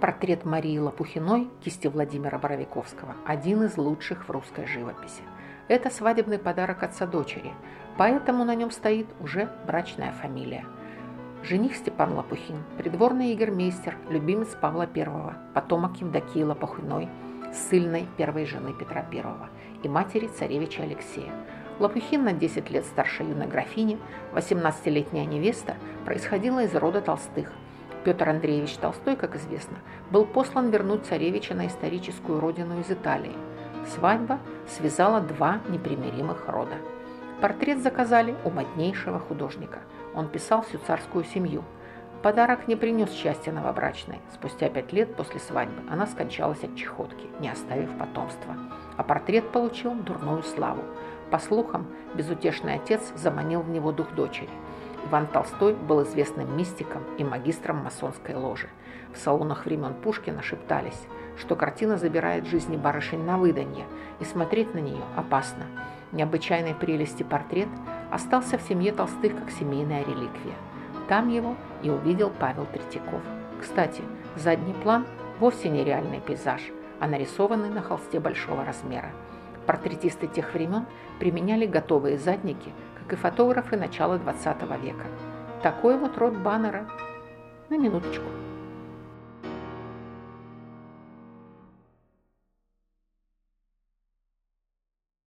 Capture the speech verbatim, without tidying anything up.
Портрет Марии Лопухиной кисти Владимира Боровиковского – один из лучших в русской живописи. Это свадебный подарок отца дочери, поэтому на нем стоит уже брачная фамилия. Жених Степан Лопухин, придворный егермейстер, любимец Павла Первого, потомок Евдокии Лопухиной, ссыльной первой жены Петра Первого и матери царевича Алексея. Лопухин на десять лет старше юной графини, восемнадцатилетняя невеста, происходила из рода Толстых. Петр Андреевич Толстой, как известно, был послан вернуть царевича на историческую родину из Италии. Свадьба связала два непримиримых рода. Портрет заказали у моднейшего художника. Он писал всю царскую семью. Подарок не принес счастья новобрачной. Спустя пять лет после свадьбы она скончалась от чехотки, не оставив потомства. А портрет получил дурную славу. По слухам, безутешный отец заманил в него дух дочери. Иван Толстой был известным мистиком и магистром масонской ложи. В салонах времен Пушкина шептались, что картина забирает жизни барышень на выданье, и смотреть на нее опасно. Необычайной прелести портрет остался в семье Толстых как семейная реликвия. Там его и увидел Павел Третьяков. Кстати, задний план вовсе не реальный пейзаж, а нарисованный на холсте большого размера. Портретисты тех времен применяли готовые задники, как и фотографы начала двадцатого века. Такой вот род баннера. На минуточку.